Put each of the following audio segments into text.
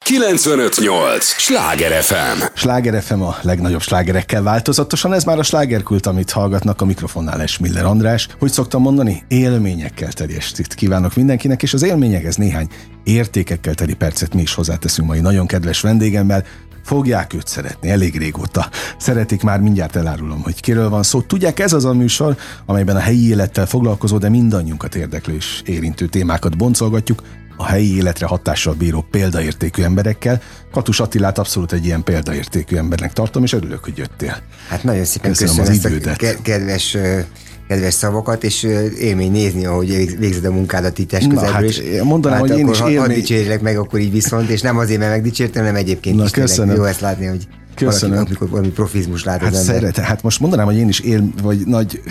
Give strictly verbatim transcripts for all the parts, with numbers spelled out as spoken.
kilencvenöt nyolc Sláger ef em. Sláger ef em a legnagyobb slágerekkel változatosan, ez már a slágerkult, amit hallgatnak, a mikrofonnál Esmiller András. Hogy szoktam mondani, élményekkel teli estét kívánok mindenkinek, és az élményekhez néhány értékekkel teli percet mi is hozzáteszünk mai nagyon kedves vendégemmel. Fogják őt szeretni, elég régóta szeretik, már mindjárt elárulom, hogy kiről van szó. Tudják, ez az a műsor, amelyben a helyi élettel foglalkozó, de mindannyiunkat érdeklő és érintő témákat boncolgatjuk a helyi életre hatással bíró példaértékű emberekkel. Katus Attilát abszolút egy ilyen példaértékű embernek tartom, és örülök, hogy jöttél. Hát nagyon szépen köszönöm, köszönöm az idődet. Ezt a kedves, kedves szavakat, és élmény nézni, ahogy végzed a munkádat itt testközelből hát, is. Mondanám, hát hogy én is élmény... élmény... dicsérlek meg akkor így viszont, és nem azért, mert megdicsértem, hanem egyébként Na, is köszönöm. Jó ezt látni, hogy köszönöm. Valaki, amikor valami profizmus lát hát az ember. Szeret, hát most mondanám, hogy én is él, vagy nagy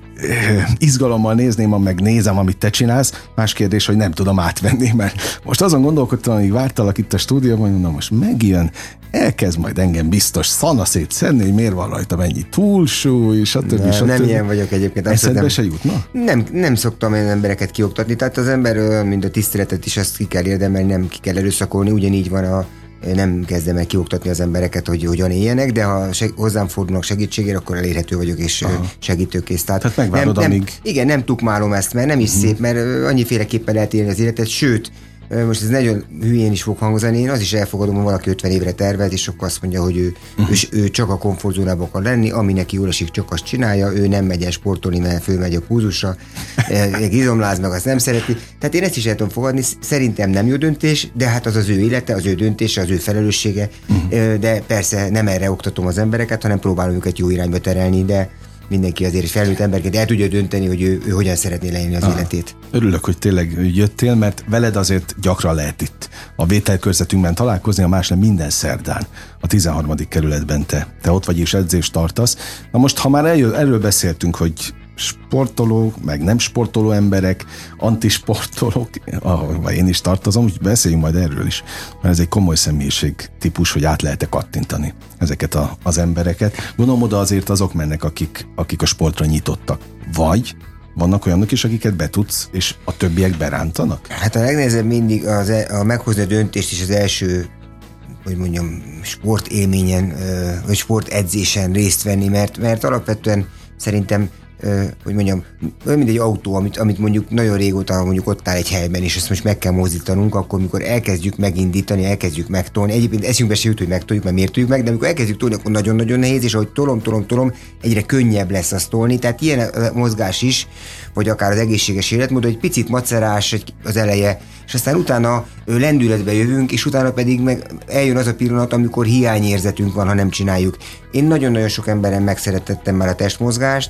izgalommal nézném, meg nézem, amit te csinálsz. Más kérdés, hogy nem tudom átvenni, mert most azon gondolkodtam, amíg vártalak itt a stúdióban, hogy mondom, most megjön, elkezd majd engem biztos szanaszét szedni, hogy miért van rajta mennyi túlsúly, stb. Nem, stb. nem ilyen vagyok egyébként. Eszedbe nem, se jutna? Nem, nem szoktam olyan embereket kioktatni, tehát az ember, mint a tiszteletet is, azt ki kell érdemelni, nem ki kell erőszakolni, ugyanígy van a nem kezdem el kioktatni az embereket, hogy hogyan éljenek, de ha seg- hozzám fordulnak segítségére, akkor elérhető vagyok és Aha. segítőkész. Tehát, Tehát megvárod, nem, nem, amíg... Igen, nem tukmálom ezt, mert nem is uh-huh. szép, mert annyiféleképpen lehet élni az életet, sőt, most ez nagyon hülyén is fog hangzani, én az is elfogadom, hogy valaki ötven évre tervelt, és akkor azt mondja, hogy ő, uh-huh. ő, ő csak a komfortzónában akar lenni, ami neki jól esik, csak azt csinálja, ő nem megy el sportolni, mert fölmegy a púzusra, izomláz meg, azt nem szereti. Tehát én ezt is el tudom fogadni, szerintem nem jó döntés, de hát az az ő élete, az ő döntése, az ő felelőssége, uh-huh. de persze nem erre oktatom az embereket, hanem próbálom őket jó irányba terelni, de mindenki azért felnőtt emberként el tudja dönteni, hogy ő, ő hogyan szeretné leélni az ah, életét. Örülök, hogy tényleg jöttél, mert veled azért gyakran lehet itt a vételkörzetünkben találkozni, a más nem minden szerdán a tizenharmadik kerületben te, te ott vagy és edzést tartasz. Na most, ha már eljö, erről beszéltünk, hogy sportoló, meg nem sportoló emberek, antisportolók, ahova én is tartozom, úgyhogy beszéljünk majd erről is, mert ez egy komoly személyiség típus, hogy át lehet-e kattintani ezeket a, az embereket. Gondolom, oda azért azok mennek, akik, akik a sportra nyitottak. Vagy vannak olyanok is, akiket betudsz, és a többiek berántanak? Hát a legnehezebb mindig az, a meghozni a döntést is az első, hogy mondjam, sportélményen, vagy sportedzésen részt venni, mert, mert alapvetően szerintem hogy mondjam, olyan, mint egy autó, amit, amit mondjuk nagyon régóta mondjuk ott áll egy helyben, és ezt most meg kell mozdítanunk, akkor mikor elkezdjük megindítani, elkezdjük megtolni, egyébként eszünkbe se jut, hogy megtoljuk, mert miért tudjuk meg, de amikor elkezdjük tolni, akkor nagyon-nagyon nehéz, és ahogy tolom, tolom, tolom, egyre könnyebb lesz azt tolni, tehát ilyen a mozgás is, vagy akár az egészséges életmód, hogy picit macerás az eleje, és aztán utána lendületbe jövünk, és utána pedig meg eljön az a pillanat, amikor hiányérzetünk van, ha nem csináljuk. Én nagyon-nagyon sok emberen megszerettettem már a testmozgást.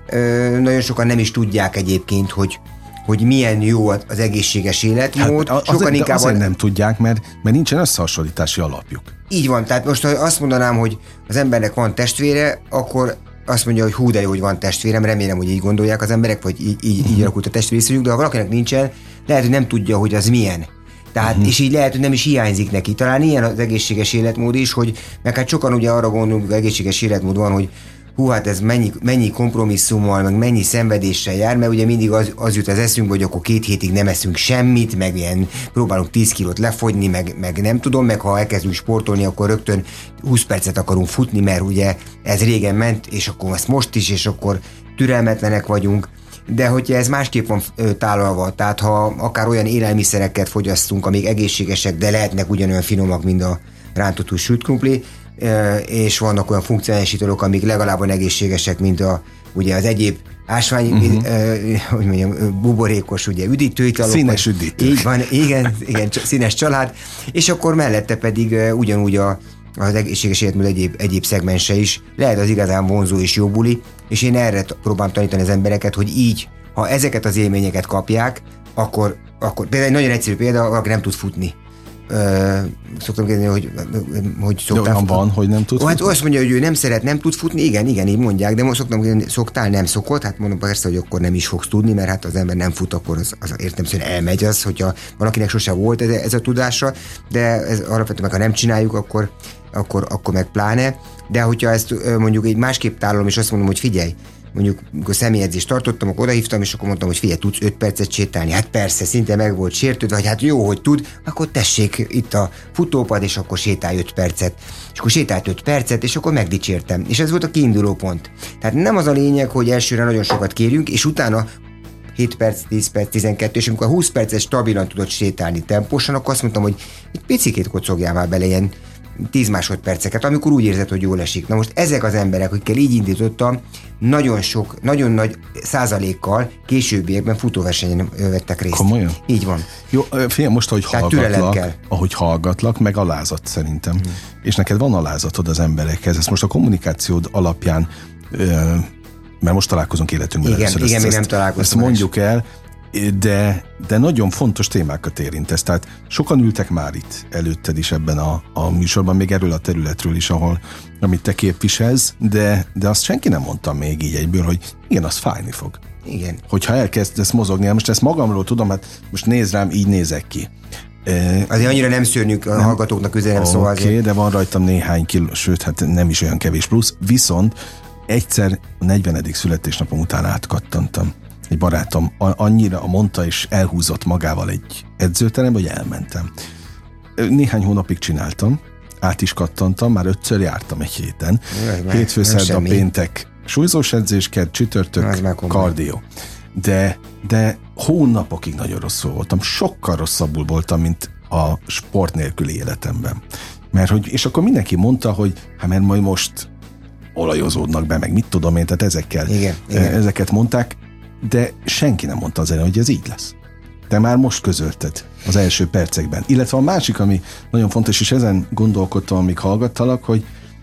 Ö, nagyon sokan nem is tudják egyébként, hogy, hogy milyen jó az egészséges életmód. Hát, sokan azért, inkább azért nem tudják, mert, mert nincsen összehasonlítási alapjuk. Így van, tehát most ha azt mondanám, hogy az embernek van testvére, akkor azt mondja, hogy hú, de jó, hogy van testvérem, remélem, hogy így gondolják az emberek, vagy így, így, így alakult a testvériszonyuk, de ha valakinek nincsen, lehet, hogy nem tudja, hogy az milyen. Tehát, uh-huh. és így lehet, hogy nem is hiányzik neki. Talán ilyen az egészséges életmód is, hogy meg hát sokan ugye arra gondolunk, hogy egészséges életmód van, hogy hú, hát ez mennyi, mennyi kompromisszummal, meg mennyi szenvedéssel jár, mert ugye mindig az, az jut az eszünkbe, hogy akkor két hétig nem eszünk semmit, meg ilyen próbálunk tíz kilót lefogyni, meg, meg nem tudom, meg ha elkezdünk sportolni, akkor rögtön húsz percet akarunk futni, mert ugye ez régen ment, és akkor ezt most is, és akkor türelmetlenek vagyunk. De hogyha ez másképp van tálalva, tehát ha akár olyan élelmiszereket fogyasztunk, amik egészségesek, de lehetnek ugyanolyan finomak, mint a rántott hús sült krumpli, és vannak olyan funkcionális italok, amik legalább olyan egészségesek, mint a, ugye az egyéb ásvány, uh-huh. eh, hogy mondjam, buborékos, ugye üdítőitalok. Színes üdítő. Így van, igen, igen, színes család, és akkor mellette pedig uh, ugyanúgy a, az egészséges életmód egyéb, egyéb szegmense is lehet az igazán vonzó és jó buli, és én erre próbálom tanítani az embereket, hogy így, ha ezeket az élményeket kapják, akkor, akkor például egy nagyon egyszerű példa, valaki nem tud futni. Ö, szoktam kérdezni, hogy, hogy szoktál futni. Van, hogy nem tud oh, futni? Hát azt mondja, hogy ő nem szeret, nem tud futni, igen, igen, így mondják, de most szoktam kérdezni, szoktál, nem szokott, hát mondom persze, hogy akkor nem is fogsz tudni, mert hát az ember nem fut, akkor az, az értelemszerűen elmegy az, hogyha valakinek sose volt ez, ez a tudása, de ez alapvetően meg ha nem csináljuk, akkor, akkor, akkor meg pláne, de hogyha ezt mondjuk egy másképp tálalom, és azt mondom, hogy figyelj, mondjuk amikor személyedzést tartottam, akkor odahívtam, és akkor mondtam, hogy figyelj, tudsz öt percet sétálni? Hát persze, szinte meg volt sértődve, vagy hát jó, hogy tud, akkor tessék itt a futópad, és akkor sétálj öt percet. És akkor sétált öt percet, és akkor megdicsértem. És ez volt a kiinduló pont. Tehát nem az a lényeg, hogy elsőre nagyon sokat kérjünk, és utána hét perc, tíz perc, tizenkettő, és amikor a húsz percet stabilan tudott sétálni tempósan, akkor azt mondtam, hogy egy picikét kocogjál már bele ilyen tíz másodperceket, amikor úgy érzed, hogy jól esik. Na most ezek az emberek, akikkel így indítottam, nagyon sok, nagyon nagy százalékkal későbbiekben futóversenyen vettek részt. Komolyan? Így van. Jó, figyelj, most, ahogy Tehát hallgatlak, ahogy hallgatlak, meg alázat szerintem. Hmm. És neked van alázatod az emberekhez. Ezt most a kommunikációd alapján, mert most találkozunk életünkben. Igen, először, igen, ezt, még nem ezt, találkoztunk. Ezt mondjuk el, de, de nagyon fontos témákat érintesz. Tehát sokan ültek már itt előtted is ebben a, a műsorban, még erről a területről is, ahol, amit te képviselsz, de, de azt senki nem mondta még így egyből, hogy igen, az fájni fog. Igen. Hogyha elkezdesz mozogni, most ezt magamról tudom, hát most nézd rám, így nézek ki. Azért annyira nem szörnyűk a nem, hallgatóknak üzenem, okay, szóval Oké, de van rajtam néhány kiló, sőt, hát nem is olyan kevés plusz, viszont egyszer a negyvenedik születésnapom után átkattantam. Egy barátom annyira mondta, és elhúzott magával egy edzőterembe, hogy elmentem. Néhány hónapig csináltam, át is kattantam, már ötször jártam egy héten. Hétfő, szerda, péntek, súlyzós edzés, kedd, csütörtök, kardió. De, de hónapokig nagyon rosszul voltam, sokkal rosszabbul voltam, mint a sport nélküli életemben. Mert hogy, és akkor mindenki mondta, hogy hát mert majd most olajozódnak be, meg mit tudom én, tehát ezekkel, igen, igen. ezeket mondták, de senki nem mondta az elején, hogy ez így lesz. Te már most közölted az első percekben. Illetve a másik, ami nagyon fontos, és ezen gondolkodtam, amíg hallgattalak, hogy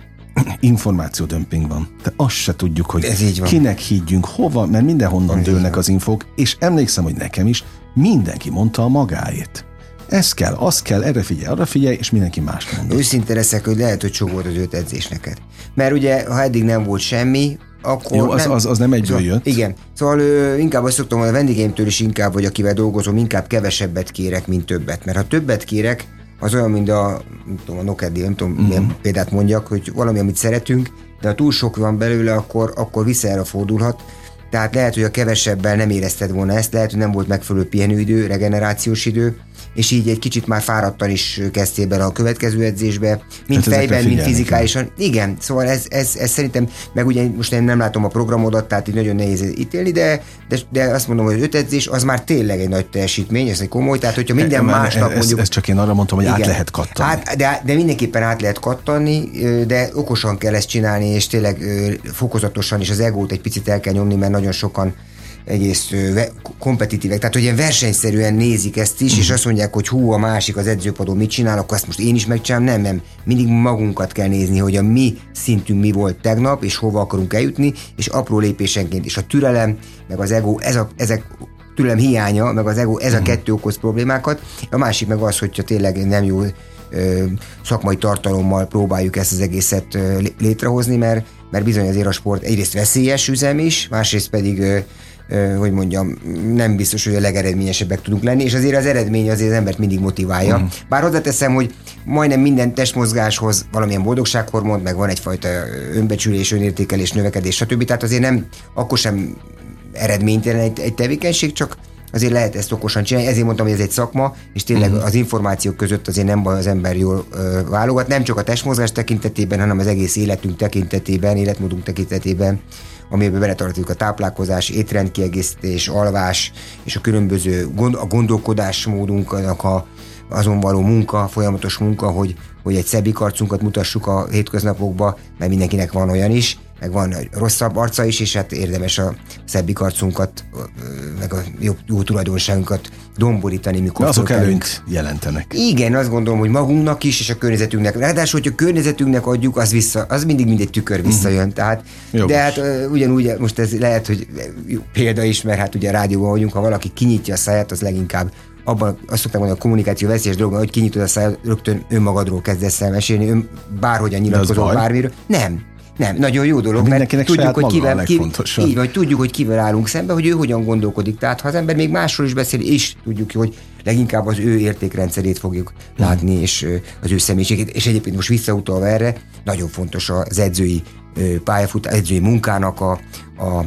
információdömping van. De azt se tudjuk, hogy kinek higgyünk, hova, mert mindenhonnan ez dőlnek az infók, és emlékszem, hogy nekem is mindenki mondta a magáét. Ez kell, az kell, erre figyelj, arra figyelj, és mindenki mást mond. Őszinte leszek, hogy lehet, hogy sok volt az öt edzés neked. Mert ugye, ha eddig nem volt semmi, akkor... Jó, az nem, az, az nem egyből szóval, jött. Igen. Szóval ö, inkább azt szoktam, hogy a vendégeimtől is inkább, vagy akivel dolgozom, inkább kevesebbet kérek, mint többet. Mert ha többet kérek, az olyan, mint a, nem tudom, a Nokedi, nem tudom, mm-hmm. milyen példát mondjak, hogy valami, amit szeretünk, de ha túl sok van belőle, akkor, akkor visszaerre fordulhat. Tehát lehet, hogy a kevesebbel nem érezted volna ezt, lehet, hogy nem volt megfelelő pihenőidő, regenerációs idő, és így egy kicsit már fáradtan is kezdtél bele a következő edzésbe, mind hát fejben, mind fizikálisan. Igen, szóval ez, ez, ez szerintem, meg ugye most én nem látom a programodat, tehát így nagyon nehéz ítélni, de, de, de azt mondom, hogy az öt edzés az már tényleg egy nagy teljesítmény, ez egy komoly, tehát hogyha minden e, másnap ez, mondjuk... Ez csak én arra mondtam, hogy igen, át lehet kattani. Hát, de, de mindenképpen át lehet kattani, de okosan kell ezt csinálni, és tényleg fokozatosan, és az egót egy picit el kell nyomni, mert nagyon sokan egész kompetitívek, tehát hogy ilyen versenyszerűen nézik ezt is, mm. és azt mondják, hogy hú, a másik az edzőpadon mit csinál, akkor ezt most én is megcsinálom, nem, nem. Mindig magunkat kell nézni, hogy a mi szintünk mi volt tegnap, és hova akarunk eljutni, és apró lépésenként, és a türelem, meg az ego, ez a, ezek türelem hiánya, meg az ego, ez a mm. kettő okoz problémákat. A másik meg az, hogyha tényleg nem jó ö, szakmai tartalommal próbáljuk ezt az egészet ö, létrehozni, mert, mert bizony azért a sport egyrészt veszélyes üzem is, másrészt pedig ö, hogy mondjam, nem biztos, hogy a legeredményesebbek tudunk lenni, és azért az eredmény azért az embert mindig motiválja. Mm. Bár hozzáteszem, hogy majdnem minden testmozgáshoz valamilyen boldogsághormont, meg van egyfajta önbecsülés, önértékelés, növekedés, stb. Tehát azért nem, akkor sem eredménytelen egy, egy tevékenység, csak azért lehet ezt okosan csinálni. Ezért mondtam, hogy ez egy szakma, és tényleg mm. az információk között azért nem baj az ember jól ö, válogat, nem csak a testmozgás tekintetében, hanem az egész életünk tekintetében, életmódunk tekintetében, amiben beletartjuk a táplálkozás, étrendkiegészítés, alvás, és a különböző gond, a gondolkodásmódunknak a, azon való munka, folyamatos munka, hogy, hogy egy szebbik arcunkat mutassuk a hétköznapokba, mert mindenkinek van olyan is, meg van rosszabb arca is, és hát érdemes a szebbik arcunkat, meg a jó, jó tulajdonságunkat domborítani, mikor azok előnyt jelentenek. Igen, azt gondolom, hogy magunknak is, és a környezetünknek. Ráadásul, hogyha a környezetünknek adjuk, az vissza, az mindig mindegy tükör visszajön. Uh-huh. Tehát, de hát ugyanúgy, most ez lehet, hogy példa is, mert hát ugye a rádióban vagyunk, ha valaki kinyitja a száját, az leginkább abban azt szokták mondani, a kommunikáció veszélyes dolog, hogy kinyitod a száját, rögtön önmagadról kezdesz el mesélni, ön bárhogyan nyilatkozol bármiről. Nem. Nem, nagyon jó dolog, mert tudjuk, hogy kivel, ki, így vagy, tudjuk, hogy kivel állunk szembe, hogy ő hogyan gondolkodik. Tehát ha az ember még másról is beszél, és tudjuk, hogy leginkább az ő értékrendszerét fogjuk hmm. látni, és az ő személyiségét. És egyébként most visszautalva erre, nagyon fontos az edzői pályafutás, edzői munkának a, a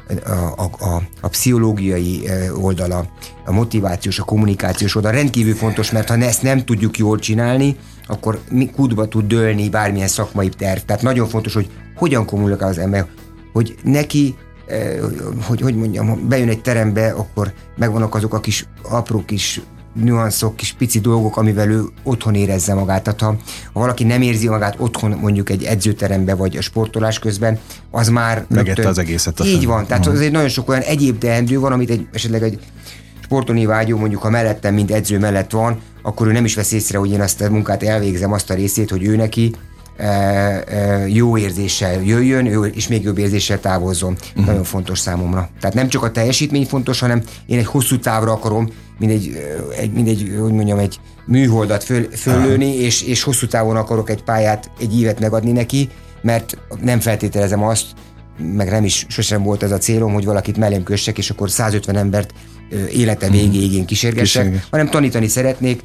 A, a, a pszichológiai oldala, a motivációs, a kommunikációs oldala rendkívül fontos, mert ha ezt nem tudjuk jól csinálni, akkor kútba tud dőlni bármilyen szakmai terv. Tehát nagyon fontos, hogy hogyan kommunikál az ember, hogy neki, hogy, hogy mondjam, ha bejön egy terembe, akkor megvannak azok a kis apró kis nüanszok, kis pici dolgok, amivel ő otthon érezze magát. Tehát ha, ha valaki nem érzi magát otthon mondjuk egy edzőterembe, vagy a sportolás közben, az már... Megette az egészet. Így fenn. Van, tehát azért nagyon sok olyan egyéb teendő van, amit egy, esetleg egy sportolni vágyó, mondjuk ha mellettem, mint edző mellett van, akkor ő nem is vesz észre, hogy én azt a munkát elvégzem, azt a részét, hogy ő neki e, e, jó érzéssel jöjjön, ő, és még jobb érzéssel távozzon. Uh-huh. Nagyon fontos számomra. Tehát nem csak a teljesítmény fontos, hanem én egy hosszú távra akarom mindegy, egy, mindegy hogy mondjam, egy műholdat föl, föllőni, és, és hosszú távon akarok egy pályát, egy évet megadni neki, mert nem feltételezem azt, meg nem is sosem volt ez a célom, hogy valakit mellém kössek, és akkor százötven embert élete végéig én kísérgessek, Kísérge. hanem tanítani szeretnék,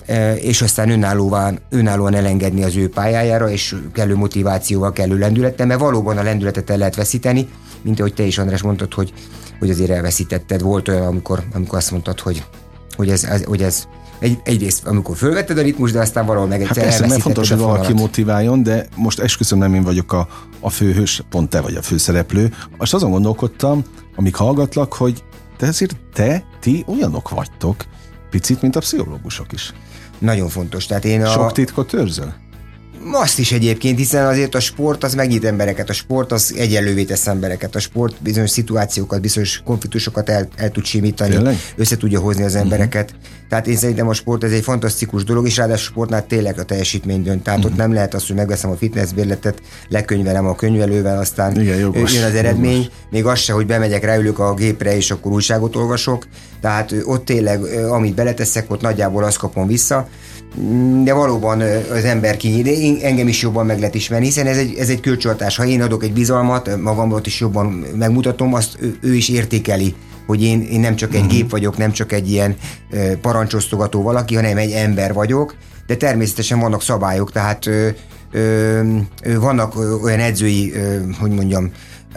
és aztán önállóan, önállóan elengedni az ő pályájára, és kellő motivációval, kellő lendülettel, mert valóban a lendületet el lehet veszíteni, mint ahogy te is, András, mondtad, hogy, hogy azért elveszítetted. Volt olyan, amikor, amikor azt mondtad, hogy, hogy ez, ez, hogy ez egy, egyrészt, amikor fölvetted a ritmus, de aztán valahol meg egyszer hát elveszítetted. Hát fontos, hogy valaki motiváljon, de most esküszöm, nem én vagyok a, a főhős, pont te vagy a főszereplő. Most azon gondolkodtam, amíg hallgatlak, hogy te ezért te, ti olyanok vagytok, picit, mint a pszichológusok is. Nagyon fontos. Tehát én a... Sok titkot őrzöl? Azt is egyébként, hiszen azért a sport az megnyit embereket, a sport az egyenlővé tesz embereket, a sport bizonyos szituációkat, bizonyos konfliktusokat el, el tud simítani, Tényleg? össze tudja hozni az embereket. Uh-huh. Tehát én szerintem a sport ez egy fantasztikus dolog, és ráadásul a sportnál tényleg a teljesítmény dönt. Tehát uh-huh. ott nem lehet azt, hogy megveszem a fitnessbérletet, lekönyvelem a könyvelővel, aztán Igen, jogos, jön az eredmény, jogos. Még az se, hogy bemegyek, ráülök a gépre, és akkor újságot olvasok. Tehát ott tényleg, amit beleteszek, ott nagyjából azt kapom vissza. De valóban az ember kinyit, de én, engem is jobban meg lehet ismerni, hiszen ez egy, ez egy kölcsönhatás. Ha én adok egy bizalmat, magamról is jobban megmutatom, azt ő, ő is értékeli, hogy én, én nem csak egy uh-huh. gép vagyok, nem csak egy ilyen uh, parancsosztogató valaki, hanem egy ember vagyok, de természetesen vannak szabályok, tehát ö, ö, ö, vannak olyan edzői, ö, hogy mondjam, ö,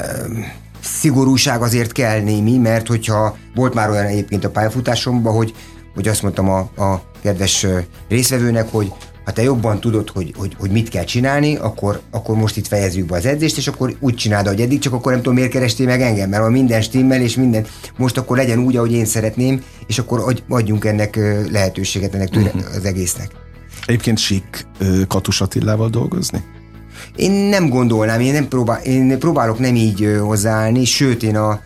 szigorúság azért kell némi, mert hogyha volt már olyan egyébként a pályafutásomban, hogy hogy azt mondtam a, a kedves részvevőnek, hogy ha te jobban tudod, hogy, hogy, hogy mit kell csinálni, akkor, akkor most itt fejezzük be az edzést, és akkor úgy csináld, ahogy eddig, csak akkor nem tudom, miért kerestél meg engem, mert minden stimmel, és minden, most akkor legyen úgy, ahogy én szeretném, és akkor adjunk ennek lehetőséget, ennek tőle, uh-huh. az egésznek. Egyébként sík Katus Attilával dolgozni? Én nem gondolnám, én, nem próbál, én próbálok nem így hozzáállni, sőt, én a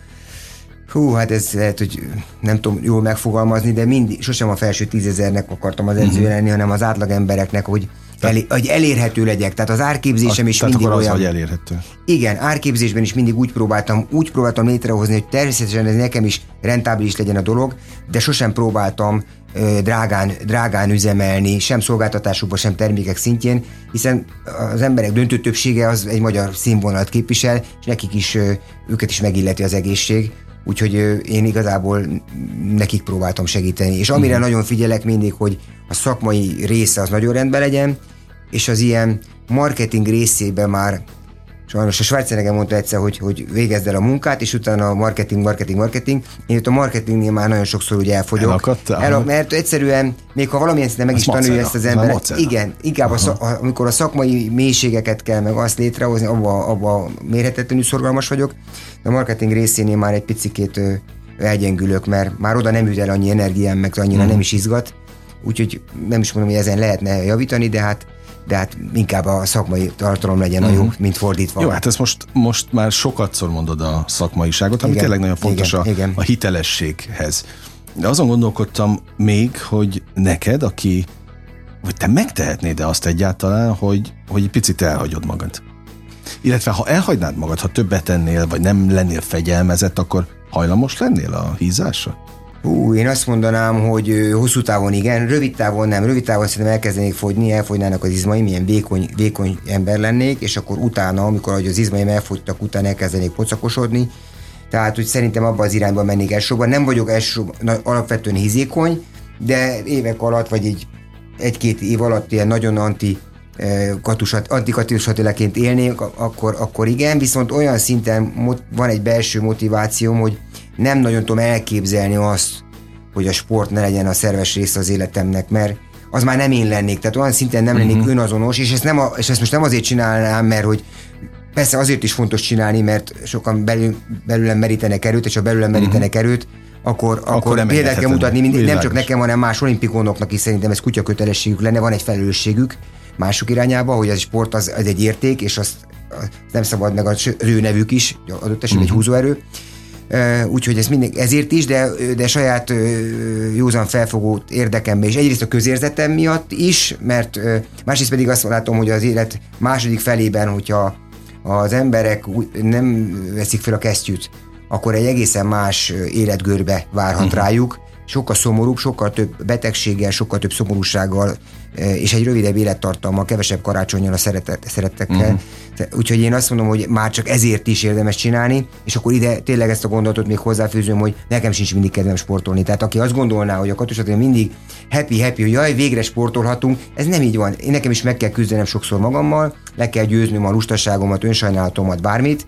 Hú, hát ez lehet, hogy nem tudom jól megfogalmazni, de mindig, sosem a felső tízezernek akartam az edző lenni, hanem az átlag embereknek, hogy, elé, hogy elérhető legyek. Tehát az árképzésem a, is mindig olyan. Tehát az, hogy elérhető. Igen, árképzésben is mindig úgy próbáltam, úgy próbáltam létrehozni, hogy természetesen ez nekem is rentábilis legyen a dolog, de sosem próbáltam ö, drágán, drágán üzemelni, sem szolgáltatásokban, sem termékek szintjén, hiszen az emberek döntő többsége az egy magyar színvonalat képvisel, és nekik is, ö, őket is megilleti az egészség. Úgyhogy én igazából nekik próbáltam segíteni. És amire uh-huh. nagyon figyelek mindig, hogy a szakmai része az nagyon rendben legyen, és az ilyen marketing részében már, sajnos a Schwarzenegger mondta egyszer, hogy, hogy végezd el a munkát, és utána a marketing, marketing, marketing. Én itt a marketingnél már nagyon sokszor ugye elfogyok. Elakadtál? El, mert egyszerűen, még ha valamilyen szinten meg az is macera, tanulja ezt az emberek. Igen, inkább a szak, amikor a szakmai mélységeket kell meg azt létrehozni, abban abba mérhetetlenül szorgalmas vagyok. De a marketing részénél már egy picikét ö, elgyengülök, mert már oda nem jut el annyi energiám, meg annyira mm. nem is izgat. Úgyhogy nem is mondom, hogy ezen lehetne javítani, de hát de hát inkább a szakmai tartalom legyen uh-huh. a jó, mint fordítva. Jó, hát ezt most, most már sokatszor mondod a szakmaiságot, ami igen, tényleg nagyon fontos igen, a, igen. a hitelességhez. De azon gondolkodtam még, hogy neked, aki, vagy te megtehetnéd-e azt egyáltalán, hogy, hogy egy picit elhagyod magad. Illetve ha elhagynád magad, ha többet ennél, vagy nem lennél fegyelmezett, akkor hajlamos lennél a hízásra? Hú, én azt mondanám, hogy hosszú távon igen, rövid távon nem. Rövid távon szerintem elkezdenék fogyni, elfogynának az izmaim, ilyen vékony, vékony ember lennék, és akkor utána, amikor az izmaim elfogytak, utána elkezdenék pocakosodni. Tehát, hogy szerintem abban az irányban mennék elsősorban. Nem vagyok elsősorban alapvetően hizékony, de évek alatt, vagy egy, egy-két év alatt ilyen nagyon anti katusat, antikatusatilaként élnék, akkor, akkor igen, viszont olyan szinten van egy belső motivációm, hogy nem nagyon tudom elképzelni azt, hogy a sport ne legyen a szerves része az életemnek, mert az már nem én lennék, tehát olyan szinten nem lennék uh-huh. önazonos, és ezt, nem a, és ezt most nem azért csinálnám, mert hogy persze azért is fontos csinálni, mert sokan belül, belőlem merítenek erőt, és ha belőlem merítenek uh-huh. erőt, akkor, akkor, akkor példát kell mutatni, mind, nem csak nekem, hanem más olimpikonoknak is szerintem ez kutya kötelességük lenne, van egy felelősségük mások irányába, hogy ez a sport az, az egy érték, és azt, azt nem szabad meg az ő nevük is, adott esetben uh-huh. egy húzóerő. Uh, úgyhogy ez mindig, ezért is, de, de saját uh, józan felfogó érdekemben is. Egyrészt a közérzetem miatt is, mert uh, másrészt pedig azt látom, hogy az élet második felében, hogyha az emberek nem veszik fel a kesztyűt, akkor egy egészen más életgörbe várhat uh-huh. rájuk, sokkal szomorúbb, sokkal több betegséggel, sokkal több szomorúsággal, és egy rövidebb élettartalmal, kevesebb karácsonnyal a szeretet, szerettekkel. Uh-huh. Úgyhogy én azt mondom, hogy már csak ezért is érdemes csinálni, és akkor ide tényleg ezt a gondolatot még hozzáfűzöm, hogy nekem sincs mindig kedvem sportolni. Tehát aki azt gondolná, hogy a katusatén mindig happy-happy, hogy jaj, végre sportolhatunk, ez nem így van. Én nekem is meg kell küzdenem sokszor magammal, le kell győznöm a lustaságomat, önsajnálatomat, bármit,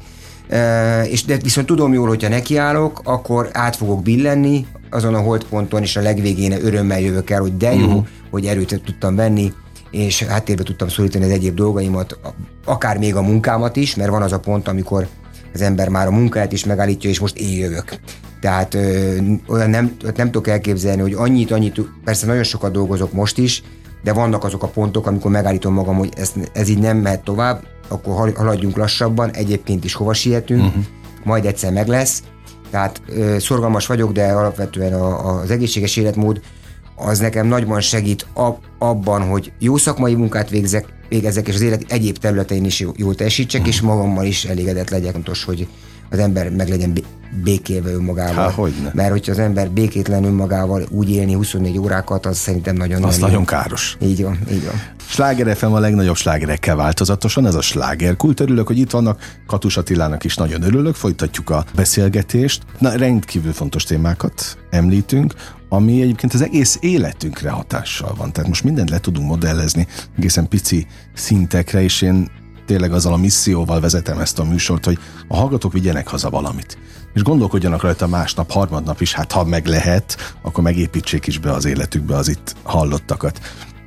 Uh, és de viszont tudom jól, hogyha nekiállok, akkor át fogok billenni azon a holdponton, és a legvégén örömmel jövök el, hogy de jó, uh-huh. hogy erőt tudtam venni, és háttérbe tudtam szorítani az egyéb dolgaimat, akár még a munkámat is, mert van az a pont, amikor az ember már a munkáját is megállítja, és most én jövök. Tehát ö, olyan nem, nem tudok elképzelni, hogy annyit, annyit, persze nagyon sokat dolgozok most is, de vannak azok a pontok, amikor megállítom magam, hogy ez, ez így nem mehet tovább, akkor haladjunk lassabban, egyébként is hova sietünk, uh-huh. majd egyszer meg lesz. Tehát ö, szorgalmas vagyok, de alapvetően a, a, az egészséges életmód az nekem nagyban segít ab, abban, hogy jó szakmai munkát végzek, végezzek, és az élet egyéb területein is jól teljesítsek, uh-huh. és magammal is elégedett legyek. Fontos, hogy az ember meg legyen békélve önmagával. Há, mert hogyha az ember békétlen önmagával úgy élni huszonnégy órákat, az szerintem nagyon... Az nagyon káros. Így van, így van. Sláger ef em a legnagyobb slágerekkel változatosan, ez a slágerkult. Örülök, hogy itt vannak, Katus Attilának is nagyon örülök, folytatjuk a beszélgetést. Na, rendkívül fontos témákat említünk, ami egyébként az egész életünkre hatással van. Tehát most mindent le tudunk modellezni egészen pici szintekre, és én tényleg azzal a misszióval vezetem ezt a műsort, hogy a hallgatók vigyenek haza valamit. És gondolkodjanak rajta másnap, harmadnap is, hát ha meg lehet, akkor megépítsék is be az életükbe az itt hallottakat.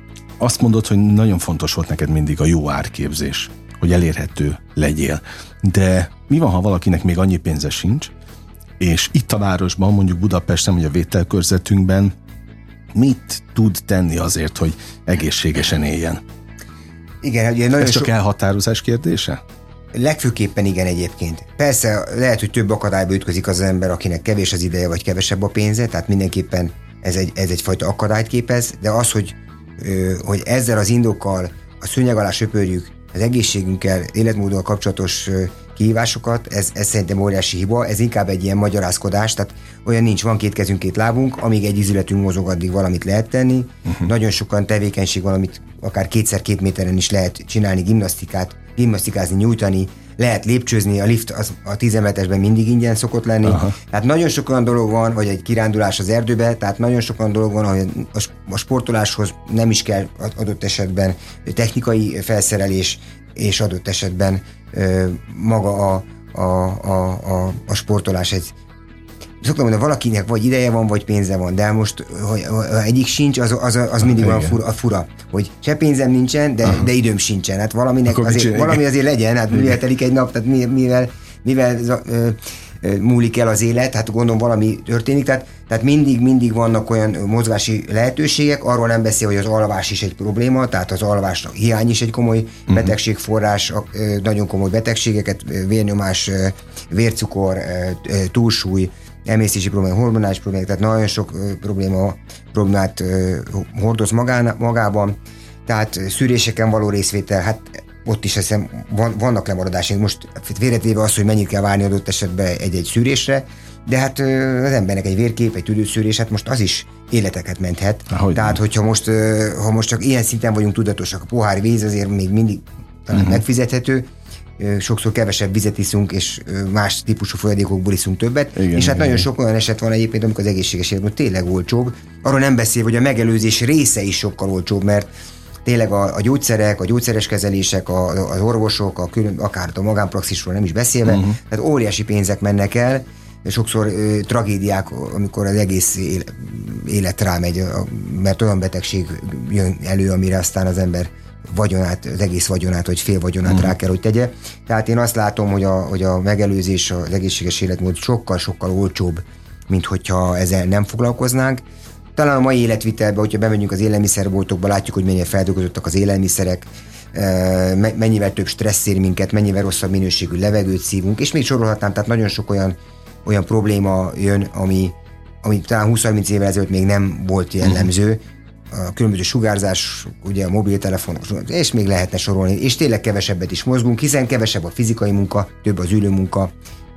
Azt mondod, hogy nagyon fontos volt neked mindig a jó árképzés, hogy elérhető legyél. De mi van, ha valakinek még annyi pénze sincs, és itt a városban, mondjuk Budapesten, vagy a vételkörzetünkben mit tud tenni azért, hogy egészségesen éljen? Igen, ugye nagyon Ez csak so... elhatározás kérdése? Legfőképpen igen egyébként. Persze lehet, hogy több akadályba ütközik az ember, akinek kevés az ideje, vagy kevesebb a pénze, tehát mindenképpen ez, egy, ez egyfajta akadályt képez, de az, hogy, hogy ezzel az indokkal a szőnyeg alá söpörjük az egészségünkkel, életmóddal kapcsolatos kihívásokat, ez, ez szerintem óriási hiba, ez inkább egy ilyen magyarázkodás, tehát olyan nincs, van két kezünk, két lábunk, amíg egy ízületünk mozog, addig valamit lehet tenni. Uh-huh. Nagyon sokan tevékenység van, amit akár kétszer két méteren is lehet csinálni, gimnasztikát, gimnasztikázni, nyújtani, lehet lépcsőzni, a lift az a tíz emeletesben mindig ingyen szokott lenni. Uh-huh. Tehát nagyon sok olyan dolog van, vagy egy kirándulás az erdőbe, tehát nagyon sok olyan dolog van, hogy a sportoláshoz nem is kell adott esetben technikai felszerelés, és adott esetben ö, maga a, a, a, a, a sportolás egy. Szoktam mondani, valakinek vagy ideje van, vagy pénze van, de most ha egyik sincs, az, az, az mindig van fura, fura, hogy se pénzem nincsen, de, de időm sincsen. Hát valaminek azért, valami azért legyen, hát mivel telik egy nap, tehát mivel, mivel ö, ö, múlik el az élet, hát gondolom valami történik, tehát, tehát mindig, mindig vannak olyan mozgási lehetőségek, arról nem beszél, hogy az alvás is egy probléma, tehát az alvás hiány is egy komoly uh-huh. betegségforrás, nagyon komoly betegségeket, vérnyomás, vércukor, túlsúly, emésztési probléma, hormonális problémák, tehát nagyon sok probléma, problémát hordoz magán, magában, tehát szűréseken való részvétel, hát ott is hiszem van, vannak lemaradások. Most félretéve az, hogy mennyit kell várni adott esetben egy-egy szűrésre, de hát az embernek egy vérkép, egy tüdőszűrés, hát most az is életeket menthet. Ahogy Tehát, nem. hogyha most, ha most csak ilyen szinten vagyunk tudatosak, a pohár víz azért még mindig talán uh-huh. megfizethető, sokszor kevesebb vizet iszunk, és más típusú folyadékokból iszunk többet, igen, és hát igen. nagyon sok olyan eset van egyébként, amikor az egészséges életmód tényleg olcsóbb. Arról nem beszél, hogy a megelőzés része is sokkal olcsóbb, mert tényleg a, a gyógyszerek, a gyógyszeres kezelések, a, az orvosok, a külön, akár a magánpraxisról nem is beszélve, uh-huh. tehát óriási pénzek mennek el, sokszor ö, tragédiák, amikor az egész élet, élet rámegy, mert olyan betegség jön elő, amire aztán az ember vagyonát, az egész vagyonát, vagy fél vagyonát uh-huh. rá kell, hogy tegye. Tehát én azt látom, hogy a, hogy a megelőzés, az egészséges életmód sokkal-sokkal olcsóbb, mint hogyha ezzel nem foglalkoznánk. Talán a mai életvitelben, hogyha bemegyünk az élelmiszerboltokba, látjuk, hogy mennyire feldolgozottak az élelmiszerek, mennyivel több stressz ér minket, mennyivel rosszabb minőségű levegőt szívunk, és még sorolhatnám, tehát nagyon sok olyan, olyan probléma jön, ami, ami talán húsz-harminc évvel ezelőtt még nem volt jellemző. A különböző sugárzás, ugye a mobiltelefonok, és még lehetne sorolni, és tényleg kevesebbet is mozgunk, hiszen kevesebb a fizikai munka, több az ülő munka,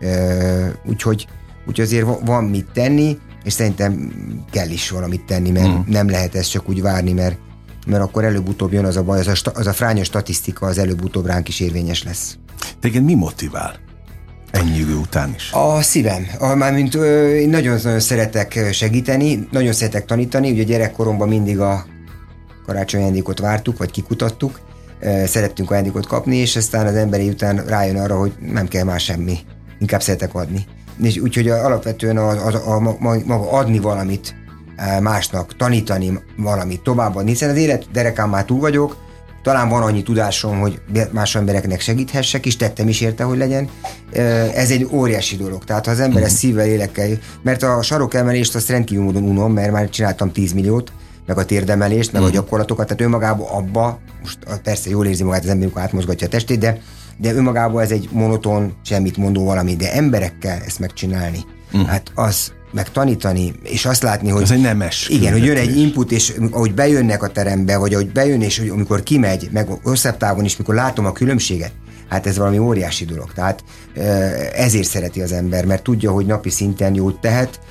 úgyhogy, úgyhogy azért van mit tenni, és szerintem kell is valamit tenni, mert mm. nem lehet ezt csak úgy várni, mert, mert akkor előbb-utóbb jön az a baj, az a, az a frányos statisztika az előbb-utóbb ránk is érvényes lesz. Téged mi motivál? Ennyi idő után is. A szívem. A, mármint ö, én nagyon-nagyon szeretek segíteni, nagyon szeretek tanítani, ugye gyerekkoromban mindig a karácsony ajándékot vártuk, vagy kikutattuk, szerettünk ajándékot kapni, és aztán az emberi után rájön arra, hogy nem kell más semmi, inkább szeretek adni. És úgyhogy alapvetően a, a, a, maga adni valamit másnak, tanítani valamit, továbbadni, hiszen az élet derekán már túl vagyok, talán van annyi tudásom, hogy más embereknek segíthessek, és tettem is érte, hogy legyen. Ez egy óriási dolog. Tehát ha az ember ezt szívvel, lélekkel, mert a sarokemelést azt rendkívül módon unom, mert már csináltam tíz milliót, meg a térdemelést, meg a gyakorlatokat, tehát önmagában abba, most persze jól érzi magát az ember, amikor átmozgatja a testét, de, de önmagában ez egy monoton, semmit mondó valami, de emberekkel ezt megcsinálni, uh-huh. hát az megtanítani, és azt látni, hogy... Ez egy nemes. Igen, hogy jön egy input, és ahogy bejönnek a terembe, vagy ahogy bejön, és hogy amikor kimegy, meg hosszabb távon is, mikor látom a különbséget, hát ez valami óriási dolog. Tehát ezért szereti az ember, mert tudja, hogy napi szinten jót tehet,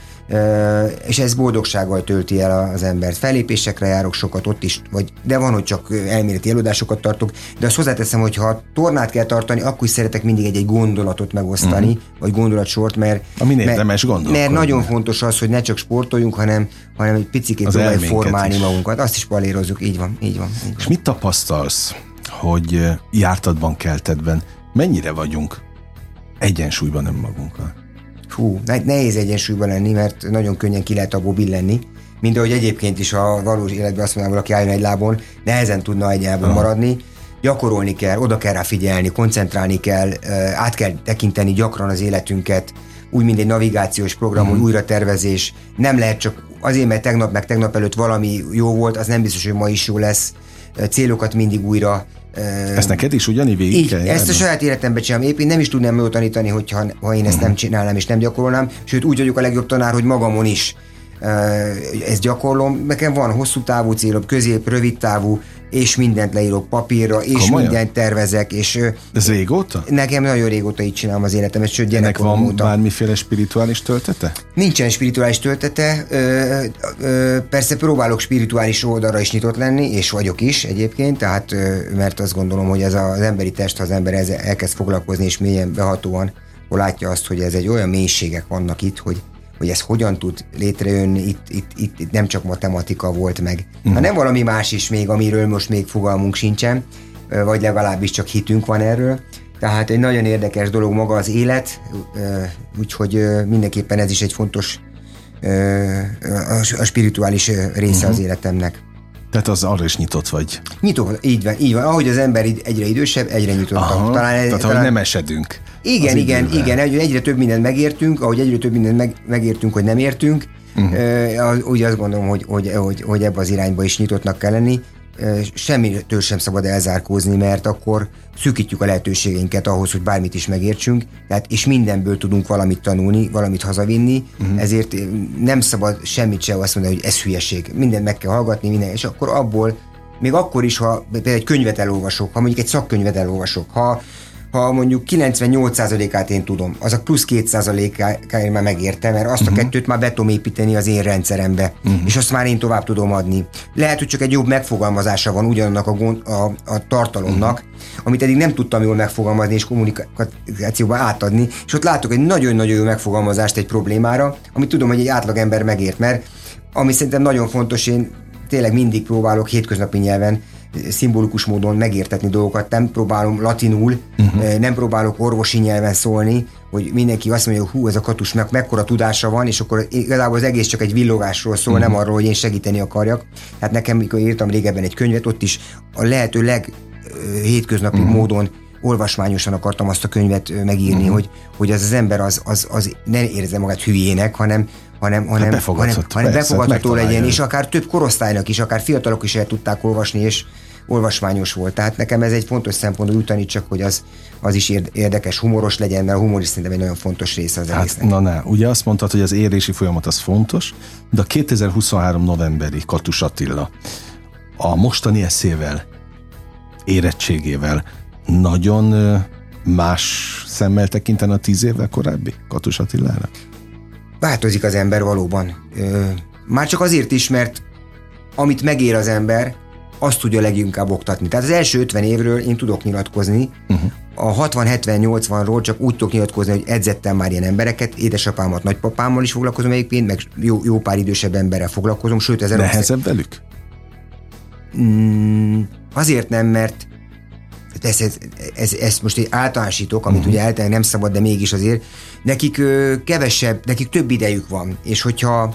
és ez boldogsággal tölti el az embert. Fellépésekre járok sokat ott is, vagy, de van, hogy csak elméleti előadásokat tartok, de azt hozzáteszem, hogy ha tornát kell tartani, akkor is szeretek mindig egy-egy gondolatot megosztani, uh-huh. vagy gondolatsort, mert, Ami érdemes mert, mert nagyon fontos az, hogy ne csak sportoljunk, hanem, hanem egy picikét próbáljuk formálni is. Magunkat. Azt is palérozzuk, így van, így van. Így van. És mit tapasztalsz, hogy jártatban, keltedben mennyire vagyunk egyensúlyban önmagunkkal? Hú, nehéz egyensúlyban lenni, mert nagyon könnyen ki lehet abból billenni. Mind ahogy egyébként is a valós életben azt mondja, valaki álljon egy lábon, nehezen tudna egy lábon maradni. Gyakorolni kell, oda kell rá figyelni, koncentrálni kell, át kell tekinteni gyakran az életünket, úgy, mint egy navigációs program, mm. újra tervezés. Nem lehet csak azért, mert tegnap meg tegnap előtt valami jó volt, az nem biztos, hogy ma is jó lesz. Célokat mindig újra. Ezt neked is ugyanígy végig így, kell ezt a saját életemben csinálom. Épp én nem is tudnám jól tanítani, hogyha, ha én ezt uh-huh. nem csinálnám és nem gyakorolnám. Sőt, úgy vagyok a legjobb tanár, hogy magamon is ezt gyakorlom. Nekem van hosszú távú célom, közép, rövid távú, és mindent leírok papírra, és Komolyan? mindent tervezek. És, ez régóta? Nekem nagyon régóta így csinálom az életemet, sőt Ennek van óta. bármiféle spirituális töltete? Nincsen spirituális töltete, ö, ö, persze próbálok spirituális oldalra is nyitott lenni, és vagyok is egyébként, tehát ö, mert azt gondolom, hogy ez az emberi test, ha az ember ezzel elkezd foglalkozni, és mélyen behatóan, akkor látja azt, hogy ez egy olyan mélységek vannak itt, hogy hogy ez hogyan tud létrejönni, itt, itt, itt, itt nem csak matematika volt meg, uh-huh. hanem valami más is még, amiről most még fogalmunk sincsen, vagy legalábbis csak hitünk van erről. Tehát egy nagyon érdekes dolog maga az élet, úgyhogy mindenképpen ez is egy fontos a spirituális része uh-huh. az életemnek. Tehát az arra is nyitott vagy. Nyitott, így van, így van. Ahogy az ember egyre idősebb, egyre nyitottabb. Talán, tehát talán... nem esedünk. Igen, igen, idővel. igen. Egyre több mindent megértünk, ahogy egyre több mindent meg, megértünk, hogy nem értünk. Uh-huh. Uh, úgy azt gondolom, hogy, hogy, hogy, hogy ebbe az irányba is nyitottnak kell lenni. Uh, semmitől sem szabad elzárkózni, mert akkor szűkítjük a lehetőségeinket ahhoz, hogy bármit is megértsünk, tehát, és mindenből tudunk valamit tanulni, valamit hazavinni, uh-huh. ezért nem szabad semmit sem azt mondani, hogy ez hülyeség. Mindent meg kell hallgatni, minden, és akkor abból, még akkor is, ha például egy könyvet elolvasok, ha mondjuk egy szakkönyvet elolvasok, ha ha mondjuk kilencvennyolc százalékát én tudom, az a plusz két százalékáért már megérte, mert azt uh-huh. a kettőt már be tudom építeni az én rendszerembe, uh-huh. és azt már én tovább tudom adni. Lehet, hogy csak egy jobb megfogalmazása van ugyanannak a, gond, a, a tartalomnak, uh-huh. amit eddig nem tudtam jól megfogalmazni és kommunikációba átadni, és ott látok egy nagyon-nagyon jó megfogalmazást egy problémára, amit tudom, hogy egy átlagember megért, mert ami szerintem nagyon fontos, én tényleg mindig próbálok hétköznapi nyelven szimbolikus módon megértetni dolgokat, nem próbálom latinul, uh-huh. nem próbálok orvosi nyelven szólni, hogy mindenki azt mondja, hogy hú, ez a Katus meg mekkora tudása van, és akkor igazából az egész csak egy villogásról szól, uh-huh. nem arról, hogy én segíteni akarjak. Hát nekem, mikor írtam régebben egy könyvet, ott is a lehető leghétköznapi uh-huh. módon olvasmányosan akartam azt a könyvet megírni, uh-huh. hogy, hogy az az ember az, az, az ne érezze magát hülyének, hanem hanem, hanem, befogadható, hanem, hanem befogadható legyen, és akár több korosztálynak is, akár fiatalok is el tudták olvasni, és olvasmányos volt. Tehát nekem ez egy fontos szempont, hogy utáni csak, hogy az, az is érdekes, humoros legyen, mert a humor is szerintem egy nagyon fontos része az hát, egésznek. Na ne, ugye azt mondtad, hogy az érési folyamat az fontos, de a kétezer-huszonhárom novemberi Katus Attila a mostani eszével, érettségével nagyon más szemmel tekinten a tíz évvel korábbi Katus Attilára? Változik az ember valóban. Már csak azért is, mert amit megér az ember, azt tudja leginkább oktatni. Tehát az első ötven évről én tudok nyilatkozni, uh-huh. a hatvan hetven nyolcvanról csak úgy tudok nyilatkozni, hogy edzettem már ilyen embereket, édesapámat, nagypapámmal is foglalkozom egyébként, meg jó, jó pár idősebb emberrel foglalkozom, sőt ez nehezebb velük? Mm, azért nem, mert ezt ez, ez, ez most egy általánosítok, amit uh-huh. ugye általában nem szabad, de mégis azért, nekik ö, kevesebb, nekik több idejük van, és hogyha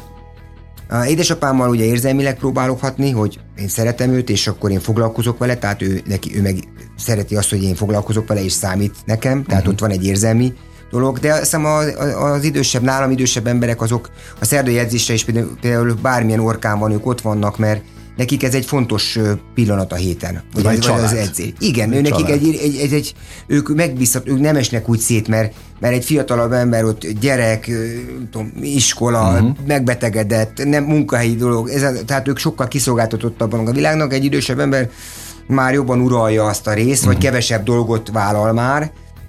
a édesapámmal ugye érzelmileg próbálok hatni, hogy én szeretem őt, és akkor én foglalkozok vele, tehát ő, neki, ő meg szereti azt, hogy én foglalkozok vele, és számít nekem, tehát uh-huh. ott van egy érzelmi dolog, de azt hiszem az, az idősebb, nálam idősebb emberek azok a szerdai edzésre is például, például bármilyen orkán van, ők ott vannak, mert nekik ez egy fontos pillanat a héten. Vagy egy család. Az edzés. Igen, ő nekik egy, egy, egy, egy, ők megbízhat, ők nem esnek úgy szét, mert, mert egy fiatalabb ember ott gyerek, tudom, iskola, uh-huh. megbetegedett, nem munkahelyi dolog, ez, tehát ők sokkal kiszolgáltatottabban a világnak, egy idősebb ember már jobban uralja azt a részt, uh-huh. vagy kevesebb dolgot vállal már,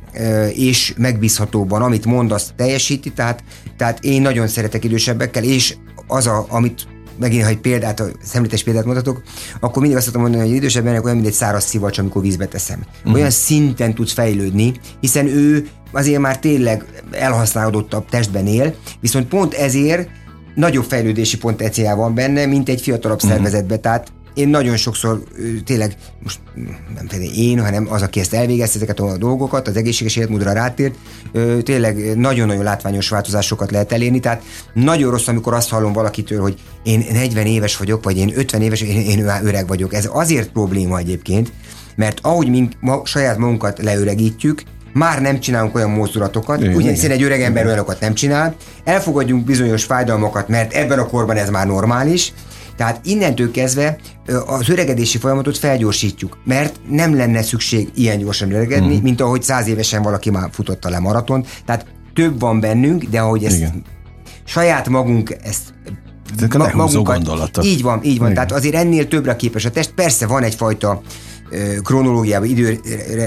és megbízhatóban, amit mond, azt teljesíti, tehát, tehát én nagyon szeretek idősebbekkel, és az, a, amit megint, ha egy példát, a szemlétes példát mondhatok, akkor mindig azt tudom mondani, hogy idősebb embernek olyan, mint egy száraz szivacs, amikor vízbe teszem. Uh-huh. Olyan szinten tudsz fejlődni, hiszen ő azért már tényleg elhasználódottabb testben él, viszont pont ezért nagyobb fejlődési potenciál van benne, mint egy fiatalabb uh-huh. szervezetben. Tehát én nagyon sokszor tényleg, most nem pedig én, hanem az, aki ezt elvégezte, ezeket a dolgokat, az egészséges életmódra rátért, tényleg nagyon-nagyon látványos változásokat lehet elérni, tehát nagyon rossz, amikor azt hallom valakitől, hogy én negyven éves vagyok, vagy én ötven éves, én, én öreg vagyok. Ez azért probléma egyébként, mert ahogy mink, ma, saját magunkat leöregítjük, már nem csinálunk olyan mozdulatokat, ugyanis egy öreg ember olyanokat nem csinál, elfogadjunk bizonyos fájdalmakat, mert ebben a korban ez már normális. Tehát innentől kezdve az öregedési folyamatot felgyorsítjuk, mert nem lenne szükség ilyen gyorsan öregedni, uh-huh. mint ahogy száz évesen valaki már futotta le maratont. Tehát több van bennünk, de ahogy ezt igen. saját magunk ezt ma, magunkat, így van, így van. Igen. Tehát azért ennél többre képes a test. Persze van egyfajta kronológiában, idő,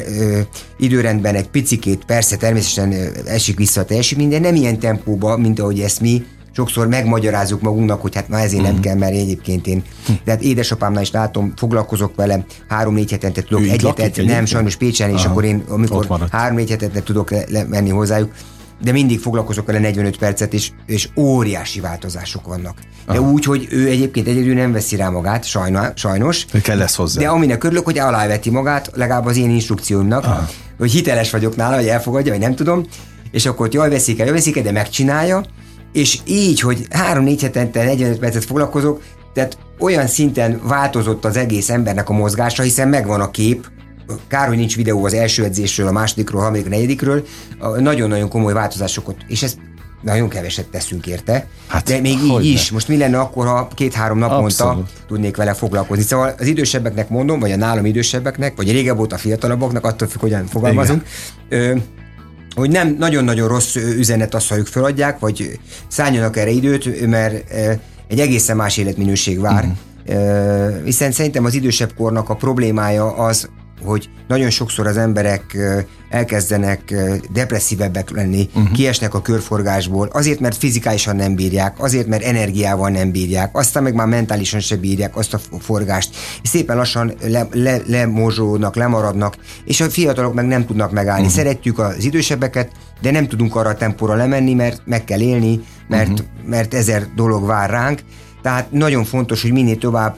időrendben egy picikét, persze természetesen esik vissza a teljesítmény, de nem ilyen tempóban, mint ahogy ezt mi sokszor megmagyarázzuk magunknak, hogy hát na ezért mm. nem kell, mert egyébként én, de hát édesapámnál is látom, foglalkozok vele, három-négy hetente tudok ő egyet, egy, nem, sajnos Pécsen, és akkor én, amikor három-négy hetente tudok le, le, menni hozzájuk, de mindig foglalkozok vele negyvenöt percet, és, és óriási változások vannak. De aha. úgy, hogy ő egyébként egyedül nem veszi rá magát, sajna, sajnos. Kell lesz hozzá. De aminek örülök, hogy aláveti magát, legalább az én instrukcióimnak, aha. hogy hiteles vagyok nála, hogy elfogadja, vagy nem tudom, és akkor jaj veszik el, jaj veszik el, de megcsinálja, és így, hogy három-négy hetente negyvenöt percet foglalkozok, tehát olyan szinten változott az egész embernek a mozgása, hiszen megvan a kép, kár, hogy nincs videó az első edzésről, a másodikról, a harmadikról, a negyedikről, nagyon-nagyon komoly változásokat, és ezt nagyon keveset teszünk érte, hát, de még így is. Ne? Most mi lenne akkor, ha két-három naponta tudnék vele foglalkozni. Szóval az idősebbeknek mondom, vagy a nálam idősebbeknek, vagy régebb óta fiatalabbaknak, attól függ, hogyan fogalmazunk, ö, hogy nem nagyon-nagyon rossz üzenet az, ha ők feladják, vagy szálljanak erre időt, mert egy egészen más életminőség vár. Uh-huh. Hiszen szerintem az idősebb kornak a problémája az, hogy nagyon sokszor az emberek elkezdenek depresszívebbek lenni, uh-huh. kiesnek a körforgásból, azért, mert fizikálisan nem bírják, azért, mert energiával nem bírják, aztán meg már mentálisan se bírják azt a forgást, és szépen lassan le, le, lemorzsolódnak, lemaradnak, és a fiatalok meg nem tudnak megállni. Uh-huh. Szeretjük az idősebbeket, de nem tudunk arra a tempóra lemenni, mert meg kell élni, mert, uh-huh. mert ezer dolog vár ránk, tehát nagyon fontos, hogy minél tovább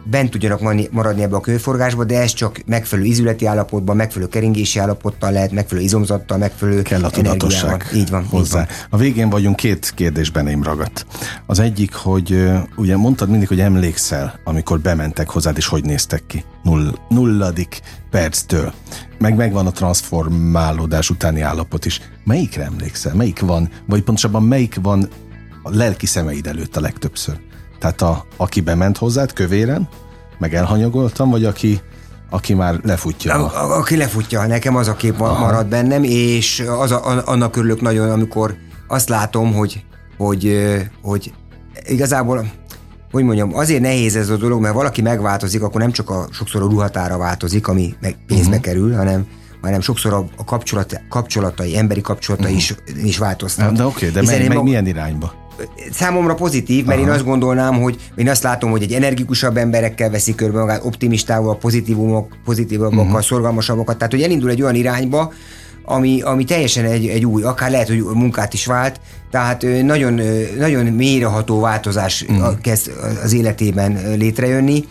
bent tudjanak maradni ebbe a körforgásba, de ez csak megfelelő ízületi állapotban, megfelelő keringési állapottal lehet, megfelelő izomzattal, megfelelő kell a tudatosság így van, hozzá. Így van. A végén vagyunk, két kérdésben én ragadt. Az egyik, hogy ugye mondtad mindig, hogy emlékszel, amikor bementek hozzád, és hogy néztek ki Null, nulladik perctől. Meg megvan a transformálódás utáni állapot is. Melyikre emlékszel? Melyik van, vagy pontosabban melyik van a lelki szemeid előtt a legtöbbször? Tehát a, aki bement hozzád kövéren, meg elhanyagoltam, vagy aki, aki már lefutja? A, a, aki lefutja, nekem az a kép Aha. marad bennem, és az a, annak örülök nagyon, amikor azt látom, hogy, hogy, hogy igazából, hogy mondjam, azért nehéz ez a dolog, mert valaki megváltozik, akkor nem csak a, sokszor a ruhatára változik, ami meg pénzbe uh-huh. kerül, hanem hanem sokszor a, a kapcsolat, kapcsolatai, emberi kapcsolatai uh-huh. is, is változnak. De oké, okay, de mely, mely, milyen irányba? Számomra pozitív, mert Aha. én azt gondolnám, hogy én azt látom, hogy egy energikusabb emberekkel veszi körbe magát, optimistával, pozitívumok, pozitívabbakkal, uh-huh. szorgalmasabbakat, tehát hogy elindul egy olyan irányba, ami, ami teljesen egy, egy új, akár lehet, hogy munkát is vált, tehát nagyon, nagyon mélyreható változás uh-huh. kezd az életében létrejönni.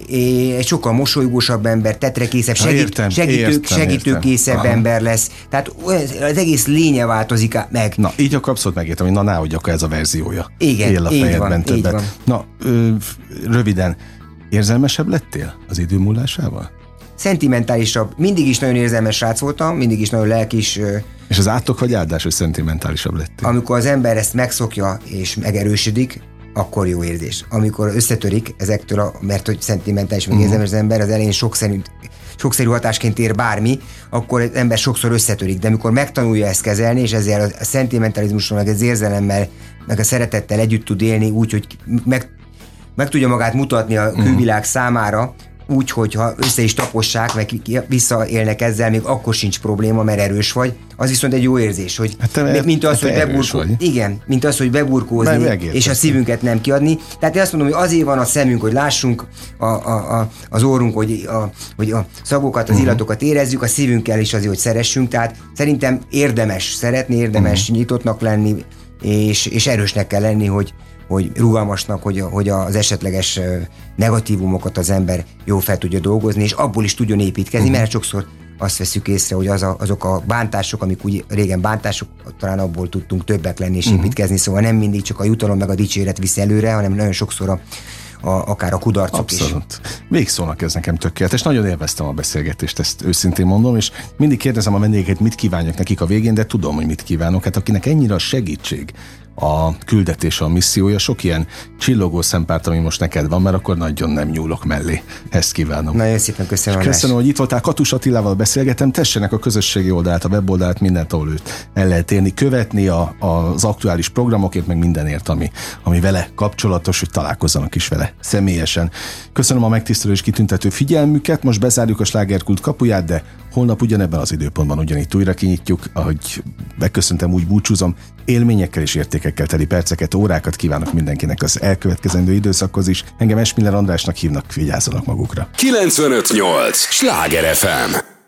Egy sokkal mosolygósabb ember, tetrekészebb, segít, értem, segítő, értem, segítőkészebb értem. ember lesz. Tehát az egész lénye változik meg. Na, így akkor abszolút megértem, hogy na, náhogy akkor ez a verziója. Igen, él a fejedben van, többet. Na, ö, röviden, érzelmesebb lettél az idő múlásával? Szentimentálisabb. Mindig is nagyon érzelmes srác voltam, mindig is nagyon lelkis. És az átok vagy áldás, hogy szentimentálisabb lettél? Amikor az ember ezt megszokja és megerősödik, akkor jó érzés. Amikor összetörik ezektől, a, mert hogy szentimentális meg érzelmes az ember, az elején sokszerű, sokszerű hatásként ér bármi, akkor az ember sokszor összetörik, de amikor megtanulja ezt kezelni, és ezzel a szentimentalizmusról, meg az érzelemmel, meg a szeretettel együtt tud élni, úgy, hogy meg, meg tudja magát mutatni a külvilág számára, úgy, hogyha össze is tapossák, meg visszaélnek ezzel, még akkor sincs probléma, mert erős vagy. Az viszont egy jó érzés, hogy hát te, mint az, hát hogy beburkózni. Igen, mint az, hogy beburkózni, és a szívünket nem kiadni. Tehát én azt mondom, hogy azért van a szemünk, hogy lássunk, a, a, a, az orrunk, hogy a, hogy a szagokat, az uh-huh. illatokat érezzük, a szívünkkel is azért, hogy szeressünk. Tehát szerintem érdemes szeretni, érdemes uh-huh. nyitottnak lenni, és, és erősnek kell lenni, hogy hogy rugalmasnak, hogy, hogy az esetleges negatívumokat az ember jó fel tudja dolgozni, és abból is tudjon építkezni, uh-huh. mert sokszor azt veszük észre, hogy az a, azok a bántások, amik úgy régen bántások, talán abból tudtunk többek lenni és uh-huh. építkezni, szóval nem mindig csak a jutalom meg a dicséret visz előre, hanem nagyon sokszor a, a, akár a kudarcok Abszolút. is. Abszolút. Végszónak ez nekem tökéletes. Nagyon élveztem a beszélgetést, ezt őszintén mondom, és mindig kérdezem a vendégeket, mit kívánjak nekik a végén, de tudom, hogy mit kívánok. Hát akinek ennyire a segítség, a küldetése, a missziója, sok ilyen csillogó szempárt, ami most neked van, mert akkor nagyon nem nyúlok mellé. Ezt kívánom. Nagyon szépen köszönöm. Köszönöm, hogy itt voltál. Katus Attilával beszélgetem. Tessenek a közösségi oldalát, a weboldalát, mindent, ahol őt el lehet érni, követni a, az aktuális programokért, meg mindenért, ami, ami vele kapcsolatos, hogy találkozzanak is vele személyesen. Köszönöm a megtisztelő és kitüntető figyelmüket. Most bezárjuk a Slágerkult kapuját, de holnap ugyanebben az időpontban ugyanitt újra kinyitjuk. Ahogy megköszöntem, úgy búcsúzom. Élményekkel és értékekkel teli perceket, órákat kívánok mindenkinek az elkövetkezendő időszakhoz is. Engem Esmiller Andrásnak hívnak, vigyázzanak magukra. kilencvenöt nyolc Sláger ef em